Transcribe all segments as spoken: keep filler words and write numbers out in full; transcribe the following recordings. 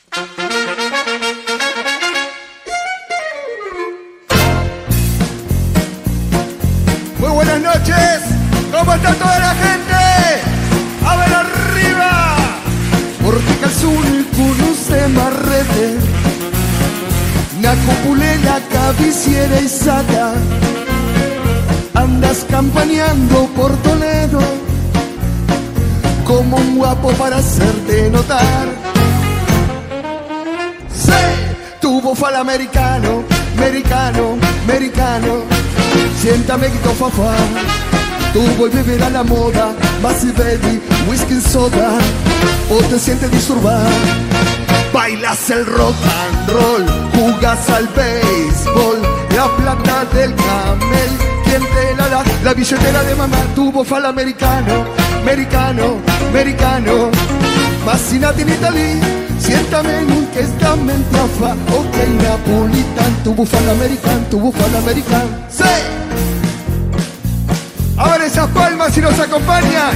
Muy buenas noches, ¿cómo está toda la gente? A ver arriba, porque calzuni conoce marrete, na copulela cabiciera y saca, andas campaneando por Toledo, como un guapo para hacerte notar. Sí, tu bufal americano, americano, americano, siéntame quito fafá. Tú voy a beber a la moda, Massy Baby, whisky soda, o te sientes disturbar. Bailas el rock and roll, jugas al béisbol, la plata del camel, quien te la da, la billetera de mamá, tu bufal americano, americano, americano, Massinati in Italy, siéntame en un que esta mente afa, ok Napolitan, tu bufal americano, tu bufal americano, sí. Ahora esas palmas si nos acompañan.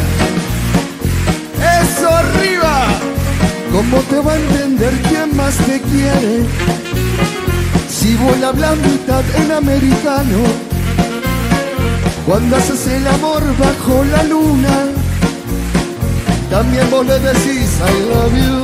Eso arriba. ¿Cómo te va a entender quién más te quiere? Si voy hablando mitad en americano, cuando haces el amor bajo la luna, también vos le decís I love you.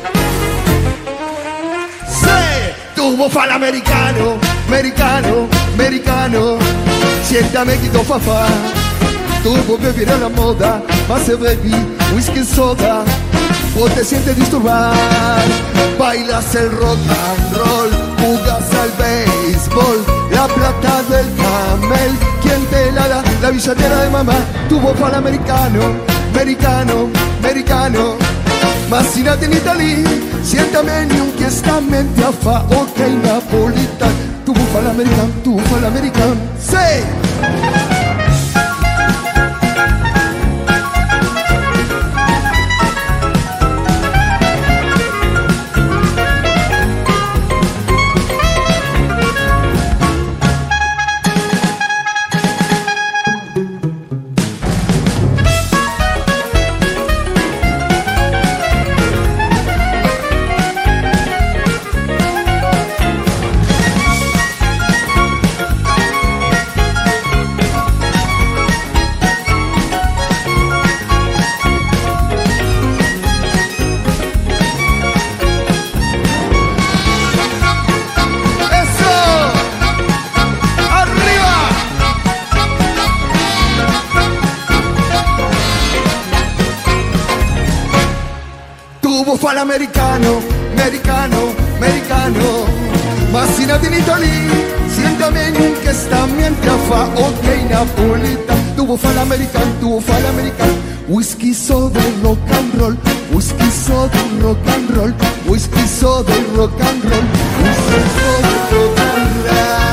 Sí, tu bufal americano, americano, americano, siéntame quito fafá. Tu voy a vivir a la moda, Massy Baby, whisky soda, o te sientes disturbar. Bailas el rock and roll, jugas al béisbol, la plata del camel, quien te la da, la billetera de mamá, tu bufal americano, americano, americano, Massinati in Italy, siéntame en un que esta mente afa, ok Napolitan, tu bufal americano, tu bufal americano, sí. Bufal americano, americano, americano, Massinati in Italy, siéntame en un que esta miente afa, ok Napolitan, tu bufal americano, tu bufal americano, whisky soda rock and roll, whisky soda rock and roll, whisky soda rock and roll, whisky soda rock and roll.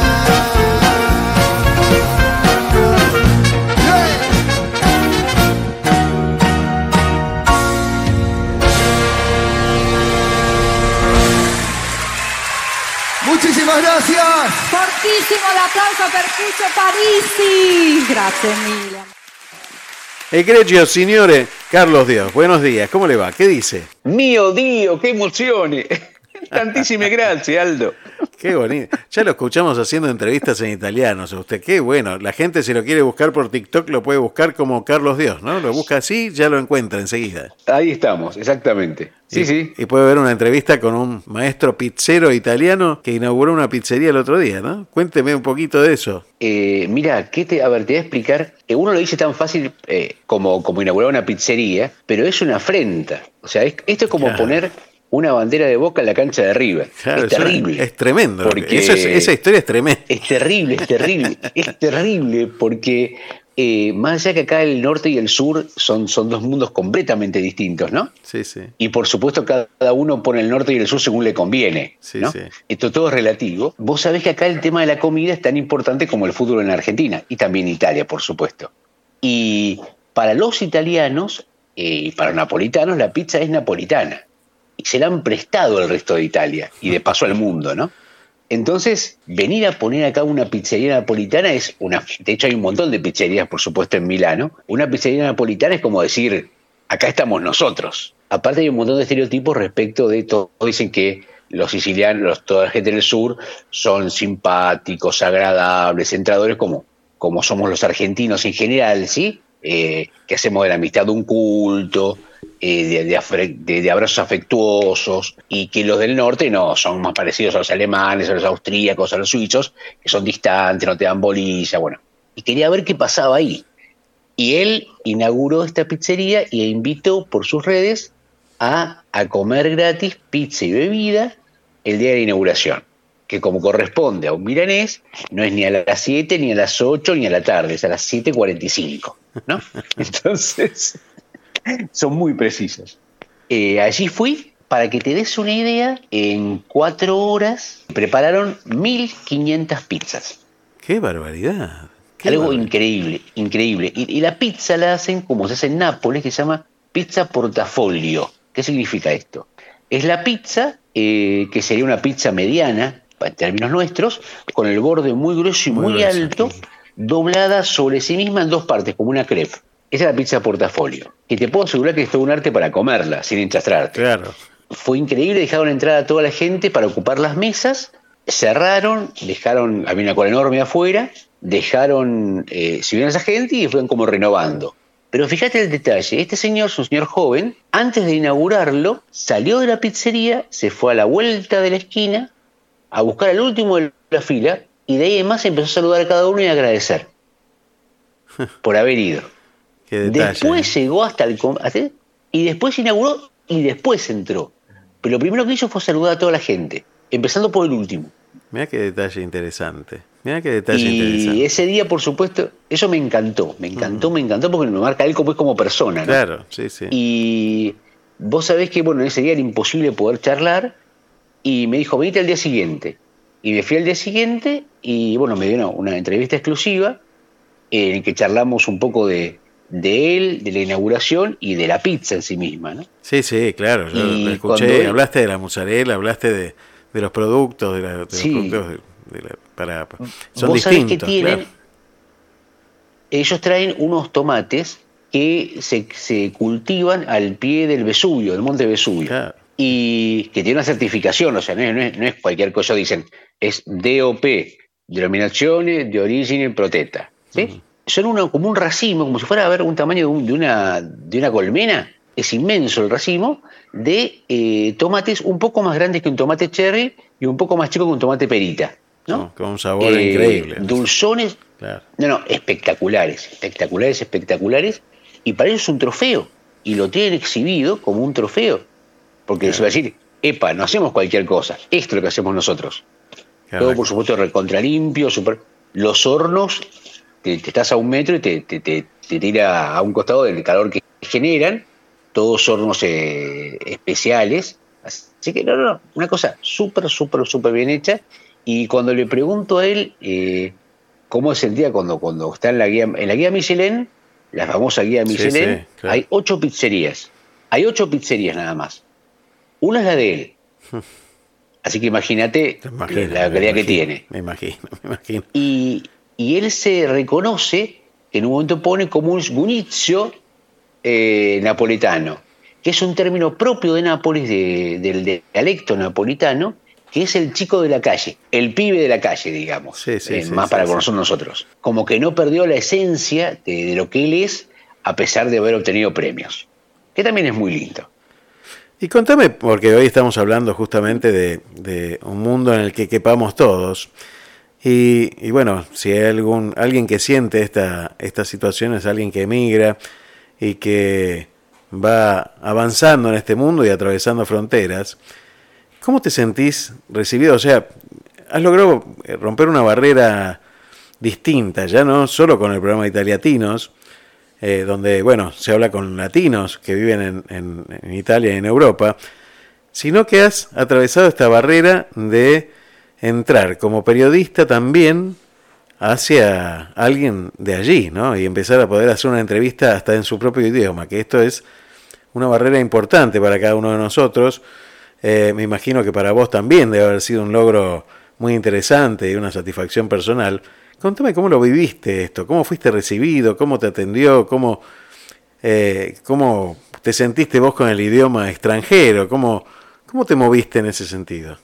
Muchísimas gracias. Fortissimo l'applauso per Puccio Parisi. Grazie mille. Egregio signore Carlos Dios, buenos días, ¿cómo le va? ¿Qué dice? Mio Dio, che emozione. Tantissime grazie, Aldo. Qué bonito. Ya lo escuchamos haciendo entrevistas en italiano a usted. Qué bueno. La gente, si lo quiere buscar por TikTok, lo puede buscar como Carlos Dios, ¿no? Lo busca así, ya lo encuentra enseguida. Ahí estamos, exactamente. Sí, y, sí. Y puede ver una entrevista con un maestro pizzero italiano que inauguró una pizzería el otro día, ¿no? Cuénteme un poquito de eso. Eh, mira, ¿qué te, a ver, te voy a explicar. Eh, uno lo dice tan fácil eh, como, como inaugurar una pizzería, pero es una afrenta. O sea, es, esto es como claro. poner una bandera de Boca en la cancha de River. Claro, es terrible. Es tremendo. Porque eso es, esa historia es tremenda. Es terrible, es terrible. Es terrible porque eh, más allá que acá el norte y el sur son, son dos mundos completamente distintos, ¿no? Sí, sí. Y por supuesto cada uno pone el norte y el sur según le conviene, sí, ¿no? Sí. Esto todo es relativo. Vos sabés que acá el tema de la comida es tan importante como el fútbol en Argentina y también Italia, por supuesto. Y para los italianos eh, y para los napolitanos la pizza es napolitana. Y se la han prestado al resto de Italia y de paso al mundo, ¿no? Entonces, venir a poner acá una pizzería napolitana es una... De hecho, hay un montón de pizzerías, por supuesto, en Milano. Una pizzería napolitana es como decir, acá estamos nosotros. aparte hay un montón de estereotipos respecto de todo. Dicen que los sicilianos, los, toda la gente del sur, son simpáticos, agradables, entradores, como, como somos los argentinos en general, ¿sí? Eh, que hacemos de la amistad un culto, eh, de, de, afre, de, de abrazos afectuosos, y que los del norte no, son más parecidos a los alemanes, a los austríacos, a los suizos, que son distantes, no te dan bolilla, bueno. Y quería ver qué pasaba ahí. Y él inauguró esta pizzería e invitó por sus redes a, a comer gratis pizza y bebida el día de la inauguración, que como corresponde a un milanés, no es ni a las siete, ni a las ocho, ni a la tarde, es a las siete cuarenta y cinco, ¿no? Entonces, son muy precisos. Eh, allí fui, para que te des una idea, en cuatro horas prepararon mil quinientas pizzas. ¡Qué barbaridad! Qué Algo barbaridad. increíble, increíble. Y, y la pizza la hacen como se hace en Nápoles, que se llama pizza portafolio. ¿Qué significa esto? Es la pizza, eh, que sería una pizza mediana, en términos nuestros, con el borde muy grueso y muy, Muy grueso. alto, doblada sobre sí misma en dos partes, como una crepe. Esa es la pizza portafolio. Que te puedo asegurar que es todo un arte para comerla, sin enchastrarte. Claro. Fue increíble, dejaron entrar a toda la gente para ocupar las mesas, cerraron, dejaron, había una cola enorme afuera, dejaron, eh, si bien esa gente, y fueron como renovando. Pero fíjate el detalle, este señor es un señor joven, antes de inaugurarlo, salió de la pizzería, se fue a la vuelta de la esquina, a buscar al último de la fila, y de ahí en más empezó a saludar a cada uno y a agradecer por haber ido. Qué detalle. Después llegó hasta el... hasta- y después inauguró y después entró. Pero lo primero que hizo fue saludar a toda la gente, empezando por el último. Mirá qué detalle interesante. Mirá qué detalle Y interesante. ese día, por supuesto, eso me encantó, me encantó, me encantó porque me marca a él como, es como persona, ¿no? Claro, sí, sí. Y vos sabés que, bueno, ese día era imposible poder charlar y me dijo, venite al día siguiente. Y me fui al día siguiente y, bueno, me dio una, una entrevista exclusiva en que charlamos un poco de, de él, de la inauguración y de la pizza en sí misma, ¿no? Sí, sí, claro. Yo Y lo escuché, cuando él- hablaste de la mozzarella, hablaste de, de los productos, de, la, de los Sí. productos de, de la, para, son Vos sabés que distintos, tienen, claro. ellos traen unos tomates que se, se cultivan al pie del Vesubio, del monte Vesubio. Claro. Y que tiene una certificación, o sea, no es, no es, no es cualquier cosa, dicen, es D O P, Denominazione di Origine Protetta, ¿sí? Uh-huh. Son una, como un racimo, como si fuera a ver un tamaño de, un, de, una, de una colmena, es inmenso el racimo, de eh, tomates un poco más grandes que un tomate cherry y un poco más chico que un tomate perita, ¿no? No, con un sabor eh, increíble. Dulzones, claro. no, no, espectaculares, espectaculares, espectaculares, y para ellos es un trofeo, y lo tienen exhibido como un trofeo. Porque claro. Se va a decir, epa, no hacemos cualquier cosa, esto es lo que hacemos nosotros. Claro. Todo, por supuesto, recontra limpio, super... Los hornos, te, te estás a un metro y te, te, te, te tira a un costado del calor que generan, todos hornos eh, especiales. Así que, no, no, no, una cosa súper, súper, súper bien hecha. Y cuando le pregunto a él eh, cómo se sentía cuando, cuando está en la guía, en la guía Michelin, la famosa guía Michelin, sí, sí, claro. Hay ocho pizzerías. Hay ocho pizzerías nada más. Una es la de él. Así que imagínate la calidad que tiene. Me imagino, me imagino. Y, y él se reconoce, que en un momento pone como un sgunizio eh, napoletano, que es un término propio de Nápoles, de, del dialecto napolitano, que es el chico de la calle, el pibe de la calle, digamos, sí, sí, eh, sí, más sí, para sí. conocer nosotros. Como que no perdió la esencia de, de lo que él es, a pesar de haber obtenido premios, que también es muy lindo. Y contame, porque hoy estamos hablando justamente de, de un mundo en el que quepamos todos, y, y bueno, si hay algún alguien que siente esta, esta situación, es alguien que emigra y que va avanzando en este mundo y atravesando fronteras, ¿cómo te sentís recibido? O sea, has logrado romper una barrera distinta, ya no solo con el programa Italiatinos, Eh, donde, bueno, se habla con latinos que viven en, en, en Italia y en Europa, sino que has atravesado esta barrera de entrar como periodista también hacia alguien de allí, ¿no? Y empezar a poder hacer una entrevista hasta en su propio idioma, que esto es una barrera importante para cada uno de nosotros. Eh, me imagino que para vos también debe haber sido un logro muy interesante y una satisfacción personal. Contame cómo lo viviste esto, cómo fuiste recibido, cómo te atendió, cómo, eh, cómo te sentiste vos con el idioma extranjero? ¿Cómo, cómo te moviste en ese sentido?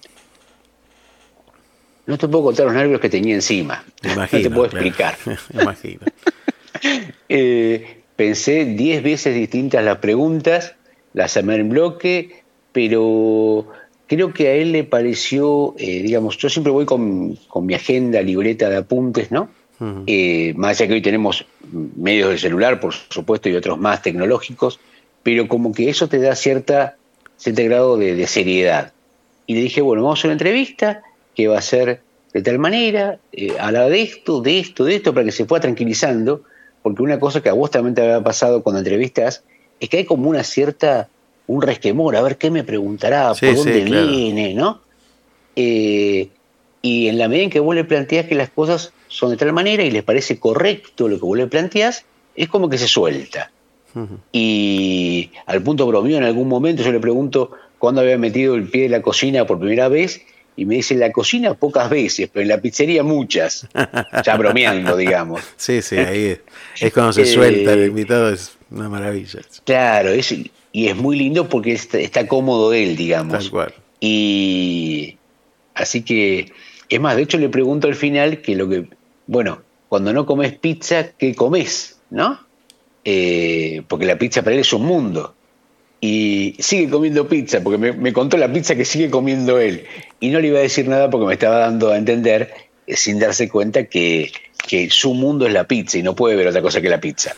No te puedo contar los nervios que tenía encima. Imagino, no te puedo claro. explicar. Imagino. eh, pensé diez veces distintas las preguntas, las armé en bloque, pero creo que a él le pareció, eh, digamos, yo siempre voy con, con mi agenda, libreta de apuntes, ¿no? Uh-huh. Eh, más allá que hoy tenemos medios del celular, por supuesto, y otros más tecnológicos, pero como que eso te da cierta, cierto grado de, de seriedad. Y le dije, bueno, vamos a hacer una entrevista que va a ser de tal manera, eh, hablar de esto, de esto, de esto, para que se pueda tranquilizando, porque una cosa que a vos también te había pasado cuando entrevistas es que hay como una cierta, un resquemor, a ver qué me preguntará, sí, por dónde sí, claro. viene, ¿no? Eh, y en la medida en que vos le planteás que las cosas son de tal manera y les parece correcto lo que vos le planteás, es como que se suelta. Uh-huh. Y al punto bromeo, en algún momento yo le pregunto cuándo había metido el pie en la cocina por primera vez, y me dice, en la cocina pocas veces, pero en la pizzería muchas. Ya bromeando, digamos. Sí, sí, ahí es, es cuando se suelta el invitado, es una maravilla. Claro, es, y es muy lindo porque está, está cómodo él, digamos. Tal cual. Y así que, es más, de hecho le pregunto al final que lo que, bueno, cuando no comes pizza, ¿qué comes? ¿No? Eh, porque la pizza para él es un mundo. Y sigue comiendo pizza, porque me, me contó la pizza que sigue comiendo él. Y no le iba a decir nada porque me estaba dando a entender, eh, sin darse cuenta, que, que su mundo es la pizza y no puede ver otra cosa que la pizza.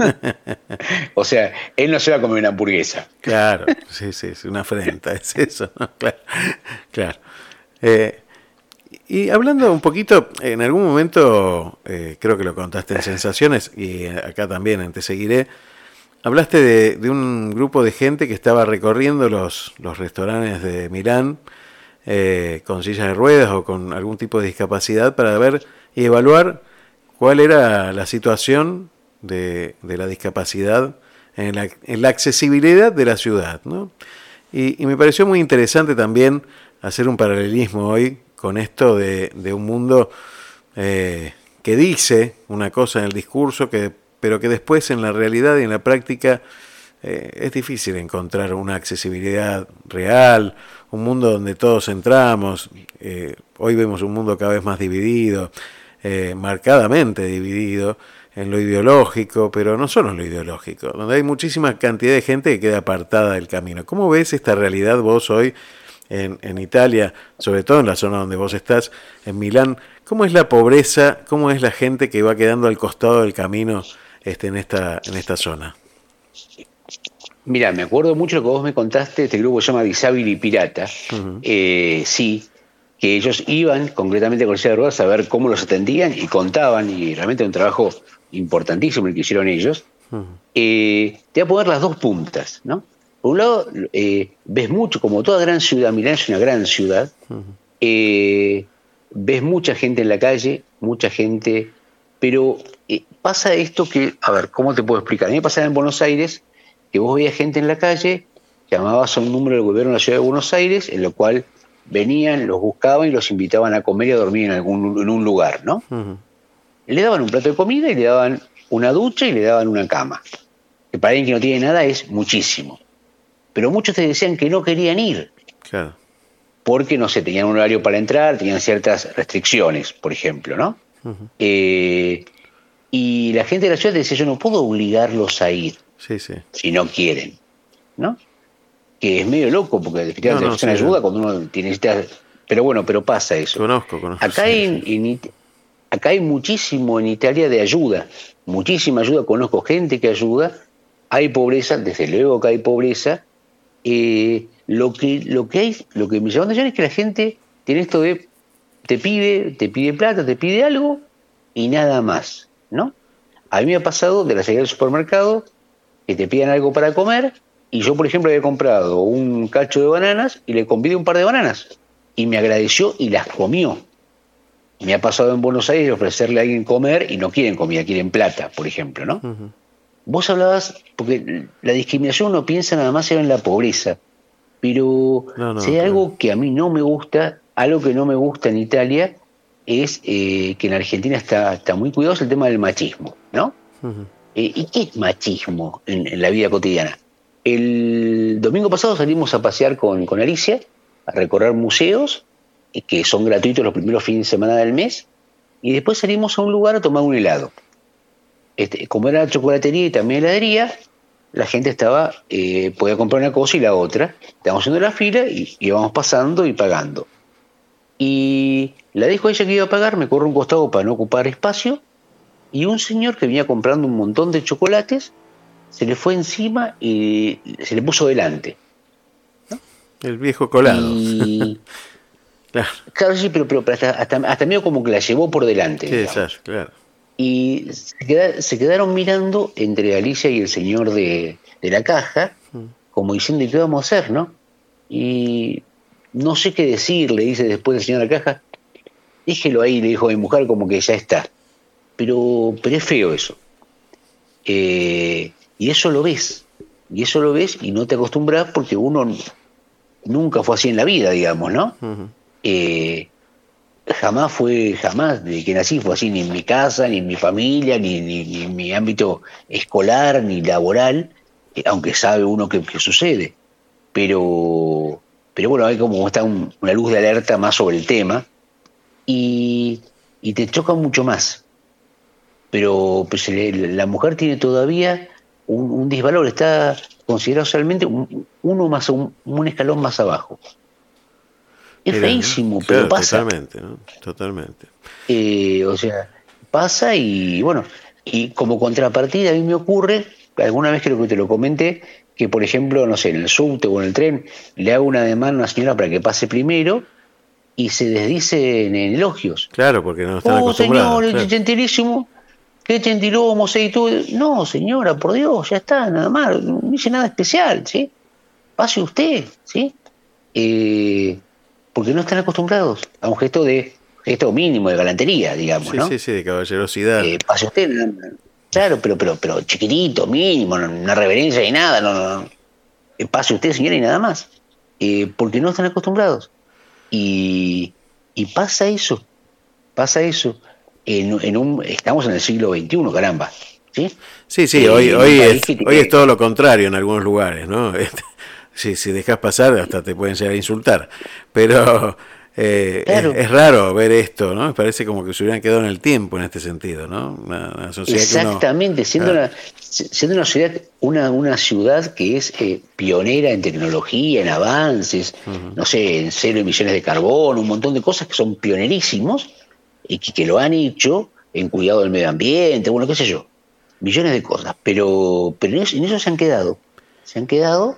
O sea, él no se va a comer una hamburguesa. Claro, sí, sí, es una afrenta, es eso, ¿no? Claro, claro. Eh, y hablando un poquito, en algún momento, eh, creo que lo contaste en Sensaciones, y acá también, Te Seguiré, hablaste de, de un grupo de gente que estaba recorriendo los, los restaurantes de Milán eh, con sillas de ruedas o con algún tipo de discapacidad para ver y evaluar cuál era la situación de, de la discapacidad en la, en la accesibilidad de la ciudad, ¿no? Y, y me pareció muy interesante también hacer un paralelismo hoy con esto de, de un mundo eh, que dice una cosa en el discurso que pero que después en la realidad y en la práctica eh, es difícil encontrar una accesibilidad real, un mundo donde todos entramos. Eh, hoy vemos un mundo cada vez más dividido, eh, marcadamente dividido en lo ideológico, pero no solo en lo ideológico, donde hay muchísima cantidad de gente que queda apartada del camino. ¿Cómo ves esta realidad vos hoy en, en Italia, sobre todo en la zona donde vos estás, en Milán? ¿Cómo es la pobreza? ¿Cómo es la gente que va quedando al costado del camino Este, en esta en esta zona? Mira, me acuerdo mucho lo que vos me contaste, este grupo se llama Disabili Pirata. Uh-huh. eh, sí, que ellos iban concretamente con silla de ruedas a ver cómo los atendían y contaban, y realmente un trabajo importantísimo el que hicieron ellos. Uh-huh. eh, te voy a poner las dos puntas, ¿no? Por un lado, eh, ves mucho, como toda gran ciudad, Milán es una gran ciudad, uh-huh. eh, ves mucha gente en la calle, mucha gente, pero eh, pasa esto que, a ver, ¿cómo te puedo explicar? A mí me pasaba en Buenos Aires que vos veías gente en la calle, llamabas a un número del gobierno de la ciudad de Buenos Aires, en lo cual venían, los buscaban y los invitaban a comer y a dormir en algún en un lugar, ¿no? Uh-huh. Le daban un plato de comida y le daban una ducha y le daban una cama, que para alguien que no tiene nada es muchísimo. Pero muchos te decían que no querían ir. Claro. Porque, no sé, tenían un horario para entrar, tenían ciertas restricciones, por ejemplo, ¿no? Uh-huh. Eh, y la gente de la ciudad decía, yo no puedo obligarlos a ir, sí, sí. si no quieren, ¿no? Que es medio loco, porque definitivamente no, no, sí, ayuda no. Cuando uno tiene... Pero bueno, pero pasa eso. Conozco, conozco. Acá, sí, en, sí. En, acá hay muchísimo en Italia de ayuda, muchísima ayuda, conozco gente que ayuda, hay pobreza, desde luego que hay pobreza. Eh, lo que lo que hay, lo que me llama la atención es que la gente tiene esto de te pide, te pide plata, te pide algo y nada más, ¿no? A mí me ha pasado de la salida del supermercado que te piden algo para comer y yo, por ejemplo, había comprado un cacho de bananas y le convidé un par de bananas y me agradeció y las comió. Me ha pasado en Buenos Aires ofrecerle a alguien comer y no quieren comida, quieren plata, por ejemplo, ¿no? Uh-huh. Vos hablabas, porque la discriminación uno piensa nada más en la pobreza, pero no, no, si hay claro. algo que a mí no me gusta, algo que no me gusta en Italia, es eh, que en Argentina está, está muy cuidadoso el tema del machismo, ¿no? Uh-huh. Eh, ¿Y qué es machismo en, en la vida cotidiana? el domingo pasado salimos a pasear con, con Alicia, a recorrer museos, que son gratuitos los primeros fines de semana del mes, y después salimos a un lugar a tomar un helado. Este, como era chocolatería y también heladería, la gente estaba, eh, podía comprar una cosa y la otra. Estábamos haciendo la fila y íbamos pasando y pagando. Y la dijo ella que iba a pagar, me corro un costado para no ocupar espacio, y un señor que venía comprando un montón de chocolates se le fue encima y se le puso delante. ¿No? El viejo colado. Y... claro. claro, sí, pero, pero hasta, hasta, hasta medio como que la llevó por delante. Sí, exacto, claro. Y se, queda, se quedaron mirando entre Alicia y el señor de, de la caja, como diciendo, ¿y qué vamos a hacer, no? Y no sé qué decir, le dice después el señor de la caja. Déjelo ahí, le dijo a mi mujer, como que ya está. Pero, pero es feo eso. Eh, y eso lo ves. Y eso lo ves y no te acostumbras porque uno nunca fue así en la vida, digamos, ¿no? Uh-huh. Eh, jamás fue, jamás, desde que nací fue así, ni en mi casa, ni en mi familia, ni, ni, ni en mi ámbito escolar, ni laboral, eh, aunque sabe uno que, que sucede. Pero, pero bueno, hay como está un, una luz de alerta más sobre el tema y, y te choca mucho más. Pero pues, la mujer tiene todavía un, un disvalor, está considerado socialmente un, uno más, un, un escalón más abajo. Es Era, feísimo, claro, pero pasa. Totalmente, ¿no? Totalmente. Eh, o sea, pasa y bueno, y como contrapartida a mí me ocurre, alguna vez creo que te lo comenté, que por ejemplo, no sé, en el subte o en el tren, le hago una demanda a una señora para que pase primero y se desdice en, en elogios. Claro, porque no están oh, acostumbrados. Oh, señor, claro. gentilísimo, qué gentilómo, sé y tú. No, señora, por Dios, ya está, nada más, no hice nada especial, ¿sí? Pase usted, ¿sí? Eh... porque no están acostumbrados a un gesto de gesto mínimo de galantería, digamos, sí, ¿no? Sí, sí, de caballerosidad. Eh, pase usted, claro, pero, pero, pero chiquitito, mínimo, no, una reverencia ni nada, no, no, no. Eh, pase usted, señora, y nada más. Eh, porque no están acostumbrados. Y, y pasa eso, pasa eso. En, en un, estamos en el siglo veintiuno, caramba, ¿sí? Sí, sí, eh, hoy, hoy, es, hoy es todo lo contrario en algunos lugares, ¿no? Si, si dejas pasar, hasta te pueden llegar a insultar. Pero eh, claro. es, es raro ver esto, ¿no? Me parece como que se hubieran quedado en el tiempo en este sentido, ¿no? Una, una sociedad Exactamente, que uno, siendo, ah. una, siendo una ciudad, una, una ciudad que es eh, pionera en tecnología, en avances, uh-huh. no sé, en cero emisiones de carbono, un montón de cosas que son pionerísimos y que, que lo han hecho en cuidado del medio ambiente, bueno, qué sé yo, millones de cosas. Pero, pero en, eso, en eso se han quedado, se han quedado.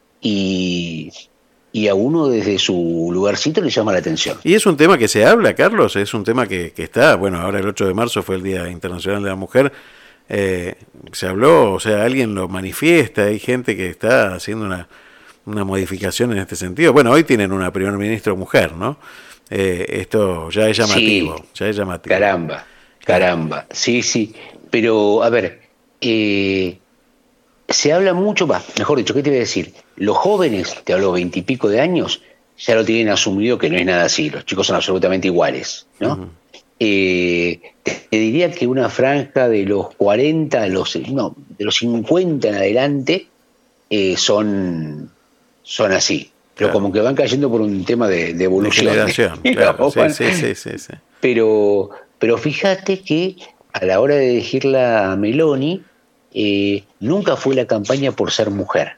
Y, y a uno desde su lugarcito le llama la atención. Y es un tema que se habla, Carlos, es un tema que, que está, bueno, ahora el ocho de marzo fue el Día Internacional de la Mujer, eh, se habló, o sea, alguien lo manifiesta, hay gente que está haciendo una, una modificación en este sentido. Bueno, hoy tienen una primer ministro mujer, ¿no? Eh, esto ya es llamativo, sí, ya es llamativo. Caramba, caramba, sí, sí, pero a ver, eh... se habla mucho, bah, mejor dicho, ¿qué te voy a decir? Los jóvenes, te hablo veintipico de años, ya lo tienen asumido que no es nada así, los chicos son absolutamente iguales, ¿no? Uh-huh. Eh, te, te diría que una franja de los cuarenta, los, no, de los cincuenta en adelante eh, son, son así, pero claro. como que van cayendo por un tema de, de evolución. De generación, claro, sí, sí, sí, sí, sí. Pero, pero fíjate que a la hora de elegirla a Meloni, Eh, nunca fue la campaña por ser mujer.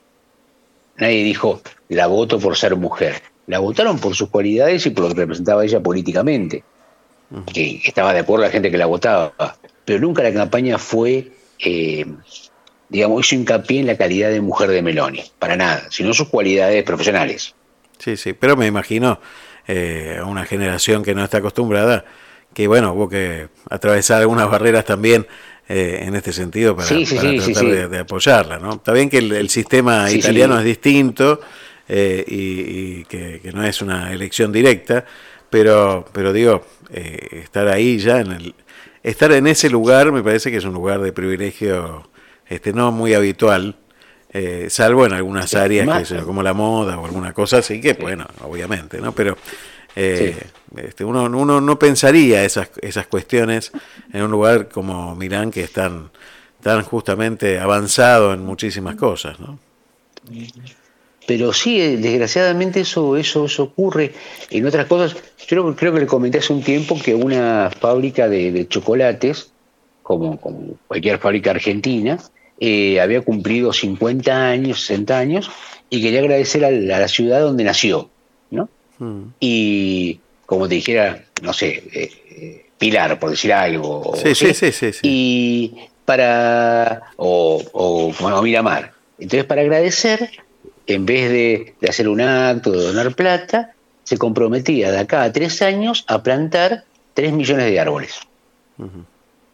Nadie dijo, la voto por ser mujer. La votaron por sus cualidades y por lo que representaba ella políticamente. Uh-huh. Que, que estaba de acuerdo la gente que la votaba. Pero nunca la campaña fue, eh, digamos, hizo hincapié en la calidad de mujer de Meloni. Para nada, sino sus cualidades profesionales. Sí, sí, pero me imagino eh, a una generación que no está acostumbrada, que bueno, hubo que atravesar algunas barreras también Eh, en este sentido para, sí, sí, para sí, tratar sí, sí. De, de apoyarla, ¿no? Está bien que el, el sistema sí, italiano sí. es distinto eh, y, y que, que no es una elección directa, pero pero digo, eh, estar ahí ya en el estar en ese lugar me parece que es un lugar de privilegio este no muy habitual, eh, salvo en algunas sí, áreas que sea, como la moda o alguna cosa así que sí. bueno, obviamente, ¿no? Pero Eh, sí. este, uno, uno no pensaría esas, esas cuestiones en un lugar como Milán, que es tan, tan justamente avanzado en muchísimas cosas, ¿no? Pero sí, desgraciadamente eso, eso, eso ocurre en otras cosas. Yo creo que le comenté hace un tiempo que una fábrica de, de chocolates, como, como cualquier fábrica argentina, eh, había cumplido cincuenta años, sesenta años, y quería agradecer a la, a la ciudad donde nació, ¿no? Mm. Y como te dijera, no sé, eh, Pilar, por decir algo. Sí, sí, sí, sí, sí. Y para, o, o bueno, Miramar. Entonces, para agradecer, en vez de, de hacer un acto, de donar plata, se comprometía de acá a tres años a plantar tres millones de árboles. Uh-huh.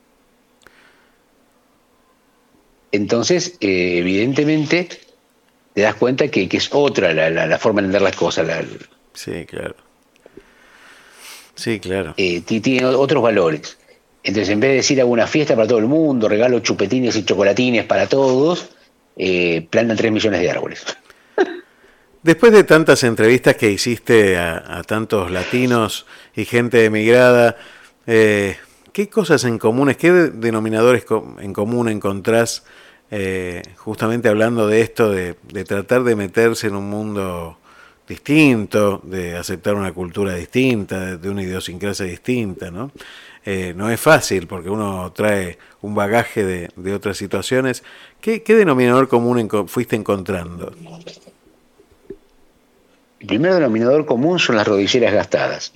Entonces, eh, evidentemente, te das cuenta que, que es otra la, la, la forma de entender las cosas. La, sí, claro. Sí, claro. Eh, tiene otros valores. Entonces, en vez de decir hago una fiesta para todo el mundo, regalo chupetines y chocolatines para todos, eh, plantan tres millones de árboles. Después de tantas entrevistas que hiciste a, a tantos latinos y gente emigrada, eh, ¿qué cosas en comunes, qué denominadores en común encontrás eh, justamente hablando de esto, de, de tratar de meterse en un mundo distinto, de aceptar una cultura distinta, de, de una idiosincrasia distinta, ¿no? Eh, no es fácil porque uno trae un bagaje de, de otras situaciones. ¿Qué, qué denominador común en, fuiste encontrando? El primer denominador común son las rodilleras gastadas.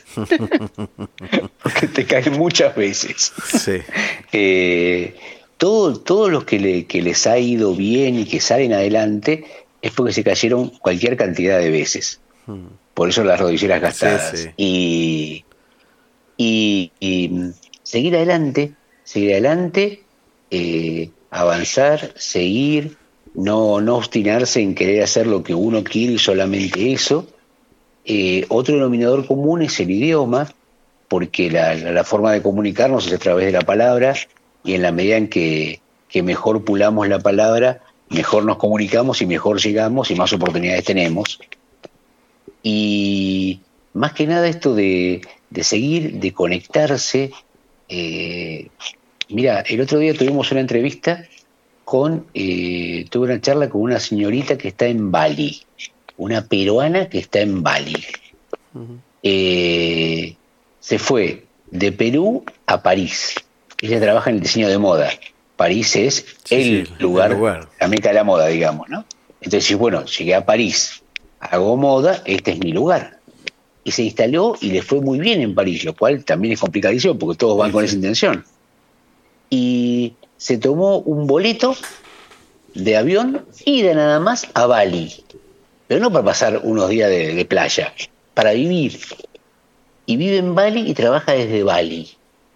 Porque te caen muchas veces. Sí. Eh, todo, todos los que, le, que les ha ido bien y que salen adelante es porque se cayeron cualquier cantidad de veces. Hmm. Por eso las rodilleras gastadas. Sí, sí. Y, y, y seguir adelante, seguir adelante, eh, avanzar, seguir. No, no obstinarse en querer hacer lo que uno quiere y solamente eso. Eh, otro denominador común es el idioma, porque la, la, la forma de comunicarnos es a través de la palabra, y en la medida en que, que mejor pulamos la palabra, mejor nos comunicamos y mejor llegamos y más oportunidades tenemos. Y más que nada esto de, de seguir, de conectarse. Eh, mira, el otro día tuvimos una entrevista con, eh, tuve una charla con una señorita que está en Bali, una peruana que está en Bali. Uh-huh. Eh, se fue de Perú a París. Ella trabaja en el diseño de moda. París es sí, el, sí, lugar, el lugar, la meca de la moda, digamos, ¿no? Entonces, bueno, llegué a París, hago moda, este es mi lugar. Y se instaló y le fue muy bien en París, lo cual también es complicadísimo porque todos van sí, con sí. esa intención. Y se tomó un boleto de avión y de nada más a Bali. Pero no para pasar unos días de, de playa, para vivir. Y vive en Bali y trabaja desde Bali.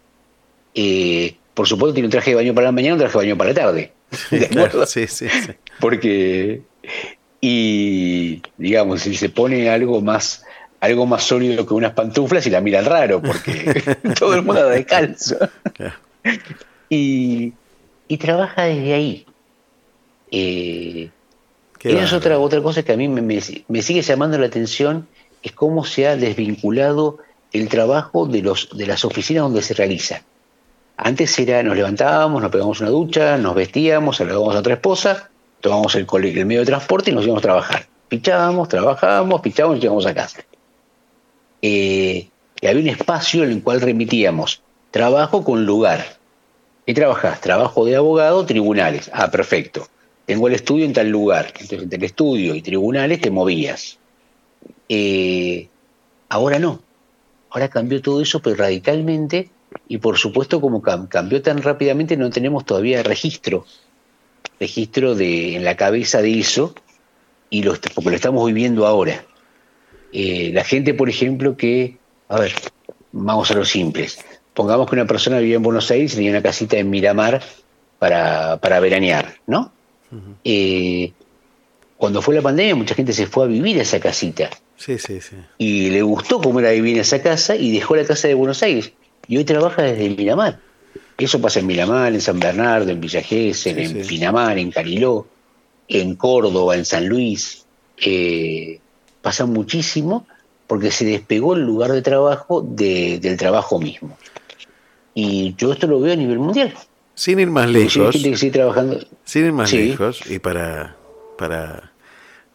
Eh, por supuesto tiene un traje de baño para la mañana y un traje de baño para la tarde. ¿De acuerdo? Claro, sí, sí, sí. Porque, y digamos, si se pone algo más, algo más sólido que unas pantuflas y la miran raro, porque todo el mundo anda descalzo. Claro. Y, y trabaja desde ahí. Eh, esa es otra, otra cosa que a mí me, me, me sigue llamando la atención, es cómo se ha desvinculado el trabajo de, los, de las oficinas donde se realiza. Antes era, nos levantábamos, nos pegábamos una ducha, nos vestíamos, saludábamos a otra esposa, tomábamos el, el medio de transporte y nos íbamos a trabajar. Pichábamos, trabajábamos, pichábamos y llegamos a casa. Eh, y había un espacio en el cual remitíamos trabajo con lugar. ¿Qué trabajás? Trabajo de abogado, tribunales. Ah, perfecto. Tengo el estudio en tal lugar. Entonces, entre el estudio y tribunales te movías. Eh, ahora no. Ahora cambió todo eso, pero radicalmente. Y por supuesto, como cambió tan rápidamente, no tenemos todavía registro. Registro de, en la cabeza de eso, y lo, porque lo estamos viviendo ahora. Eh, la gente, por ejemplo, que... A ver, vamos a los simples. Pongamos que una persona vivía en Buenos Aires y tenía una casita en Miramar para, para veranear, ¿no? Uh-huh. Eh, cuando fue la pandemia, mucha gente se fue a vivir a esa casita. Sí, sí, sí. Y le gustó cómo era vivir en esa casa y dejó la casa de Buenos Aires. Y hoy trabaja desde Miramar. Eso pasa en Miramar, en San Bernardo, en Villa Gesell, sí, en sí. Pinamar, en Cariló, en Córdoba, en San Luis. Eh, pasa muchísimo porque se despegó el lugar de trabajo de, del trabajo mismo. Y yo esto lo veo a nivel mundial. Sin ir más lejos. Hay gente que sigue trabajando. Sin ir más sí. lejos, y para, para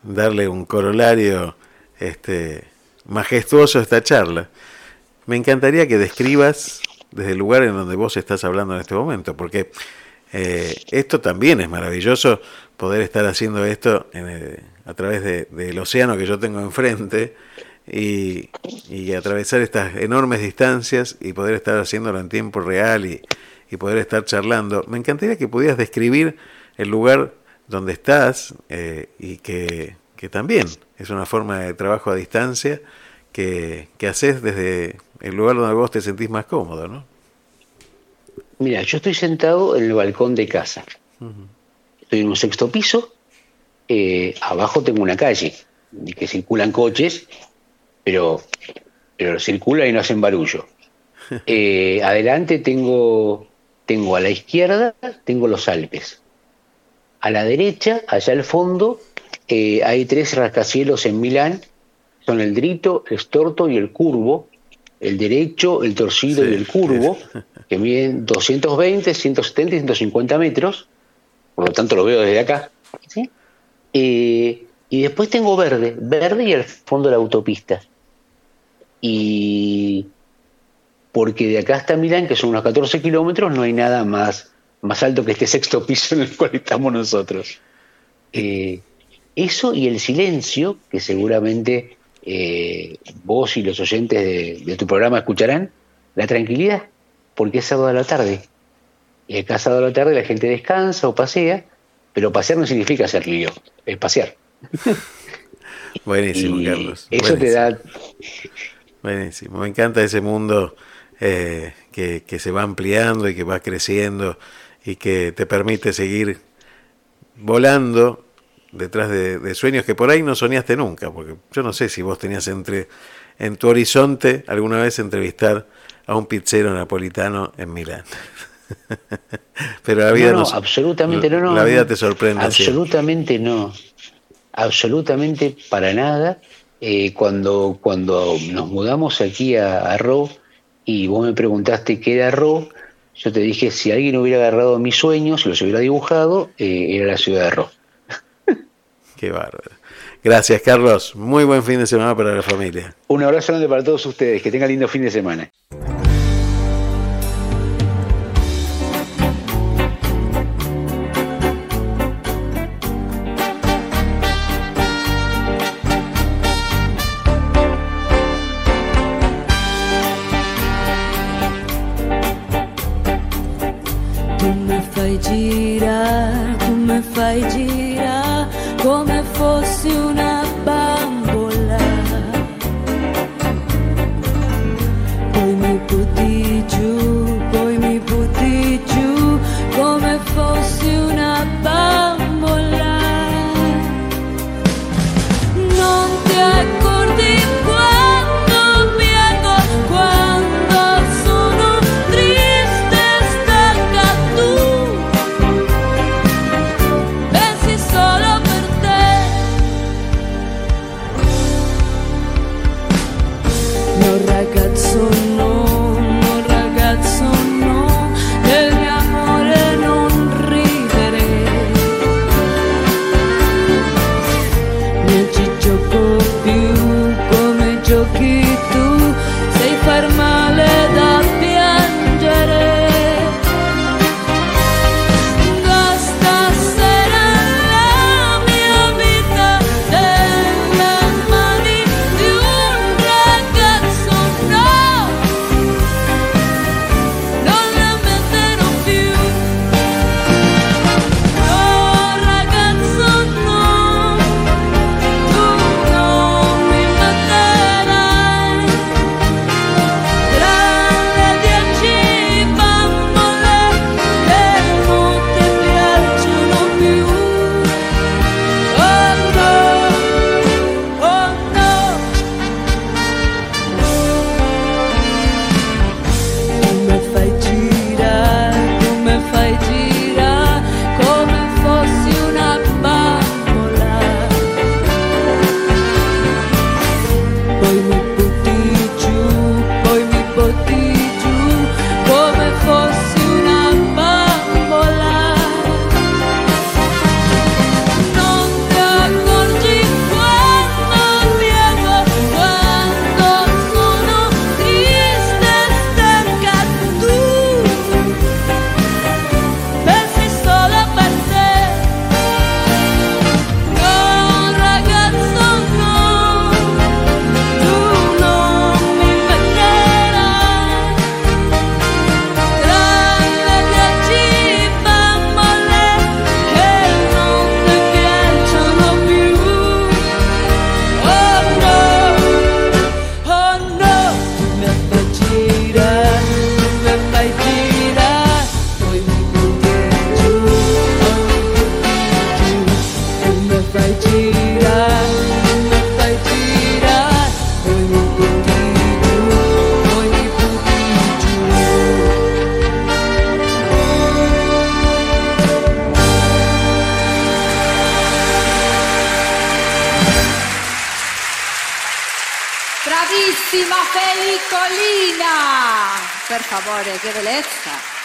darle un corolario este, majestuoso a esta charla. Me encantaría que describas desde el lugar en donde vos estás hablando en este momento, porque eh, esto también es maravilloso, poder estar haciendo esto en el, a través de, del océano que yo tengo enfrente y, y atravesar estas enormes distancias y poder estar haciéndolo en tiempo real y, y poder estar charlando. Me encantaría que pudieras describir el lugar donde estás eh, y que, que también es una forma de trabajo a distancia que, que haces desde el lugar donde vos te sentís más cómodo, ¿no? Mira, yo estoy sentado en el balcón de casa. Uh-huh. Estoy en un sexto piso. Eh, abajo tengo una calle y que circulan coches, pero, pero circulan y no hacen barullo. Eh, adelante tengo, tengo a la izquierda, tengo los Alpes. A la derecha, allá al fondo, eh, hay tres rascacielos en Milán. Son el Drito, el Storto y el Curvo. El derecho, el torcido sí, y el curvo, que miden doscientos veinte, ciento setenta y ciento cincuenta metros. Por lo tanto, lo veo desde acá. ¿Sí? Eh, y después tengo verde, verde y al fondo la autopista. Y porque de acá hasta Milán, que son unos catorce kilómetros, no hay nada más, más alto que este sexto piso en el cual estamos nosotros. Eh, eso y el silencio, que seguramente eh, vos y los oyentes de, de tu programa escucharán, la tranquilidad, porque es sábado a la tarde. Y acá sábado a la tarde la gente descansa o pasea, pero pasear no significa hacer lío, es pasear. Buenísimo, y Carlos. Eso Buenísimo. te da... Buenísimo, me encanta ese mundo eh, que, que se va ampliando y que va creciendo y que te permite seguir volando detrás de, de sueños que por ahí no soñaste nunca, porque yo no sé si vos tenías entre en tu horizonte alguna vez entrevistar a un pizzero napolitano en Milán. Pero la vida no, no, nos, absolutamente no, no. La vida te sorprende. Absolutamente siempre. no. Absolutamente para nada. Eh, cuando, cuando nos mudamos aquí a, a Rho y vos me preguntaste qué era Rho, yo te dije, si alguien hubiera agarrado mis sueños y los hubiera dibujado, eh, era la ciudad de Rho. Qué bárbaro. Gracias, Carlos. Muy buen fin de semana para la familia. Un abrazo grande para todos ustedes. Que tengan lindo fin de semana. Gira, tu mi fai girare come fossi una bambola, poi mi butti giù, poi mi butti giù come fossi una bambola. Non ti accorgi quando piango, quando sono triste, stacca tu. Ragazzo no, no ragazzo no, del mio amore non ridere, non ci gioco più come giochi tu, sai far male da piangere. Da stasera la mia vita nelle mani di un ragazzo. No, non la metterò più. No, ragazzo, no, tu non mi metterai. bravissima Felicolina! Per favore, che bellezza!